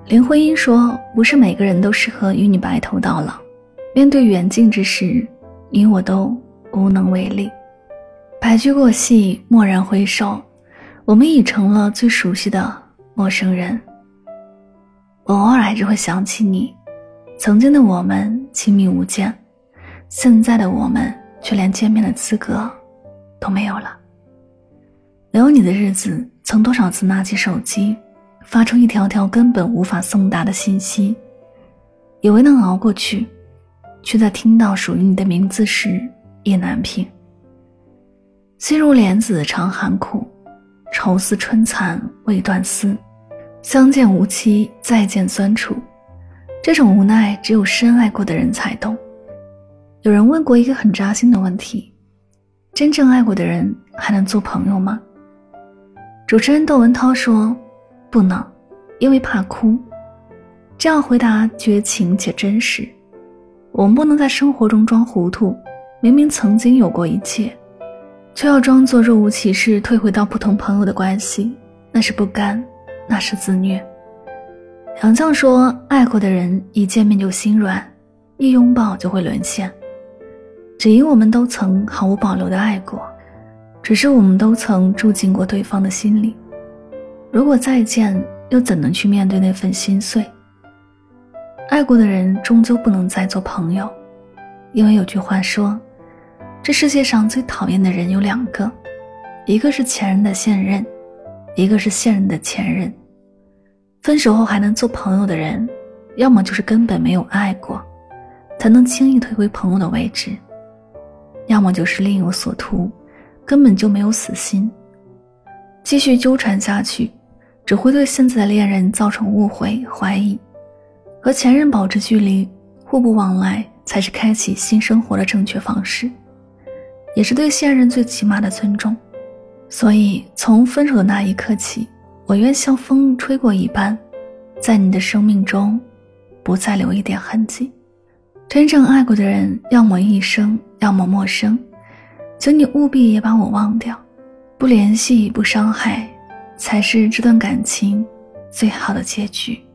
林徽因说，不是每个人都适合与你白头到老，面对远近之时，你我都无能为力。白驹过隙，蓦然回首，我们已成了最熟悉的陌生人。我偶尔还是会想起你，曾经的我们亲密无间，现在的我们却连见面的资格都没有了。没有你的日子，曾多少次拿起手机，发出一条条根本无法送达的信息，以为能熬过去，却在听到属于你的名字时意难平。心如莲子常含苦，愁似春蚕未断丝，相见无期，再见酸楚。这种无奈只有深爱过的人才懂。有人问过一个很扎心的问题，真正爱过的人还能做朋友吗？主持人窦文涛说，不能，因为怕哭。这样回答绝情且真实。我们不能在生活中装糊涂，明明曾经有过一切，却要装作若无其事，退回到普通朋友的关系，那是不甘，那是自虐。杨绛说，爱过的人一见面就心软，一拥抱就会沦陷。只因我们都曾毫无保留地爱过，只是我们都曾住进过对方的心里。如果再见，又怎能去面对那份心碎？爱过的人终究不能再做朋友，因为有句话说，这世界上最讨厌的人有两个，一个是前任的现任，一个是现任的前任。分手后还能做朋友的人，要么就是根本没有爱过，才能轻易退回朋友的位置，要么就是另有所图，根本就没有死心。继续纠缠下去，只会对现在的恋人造成误会、怀疑。和前任保持距离，互不往来，才是开启新生活的正确方式，也是对现任最起码的尊重。所以从分手的那一刻起，我愿像风吹过一般，在你的生命中不再留一点痕迹。真正爱过的人，要么一生，要么陌生，请你务必也把我忘掉。不联系，不伤害，才是这段感情最好的结局。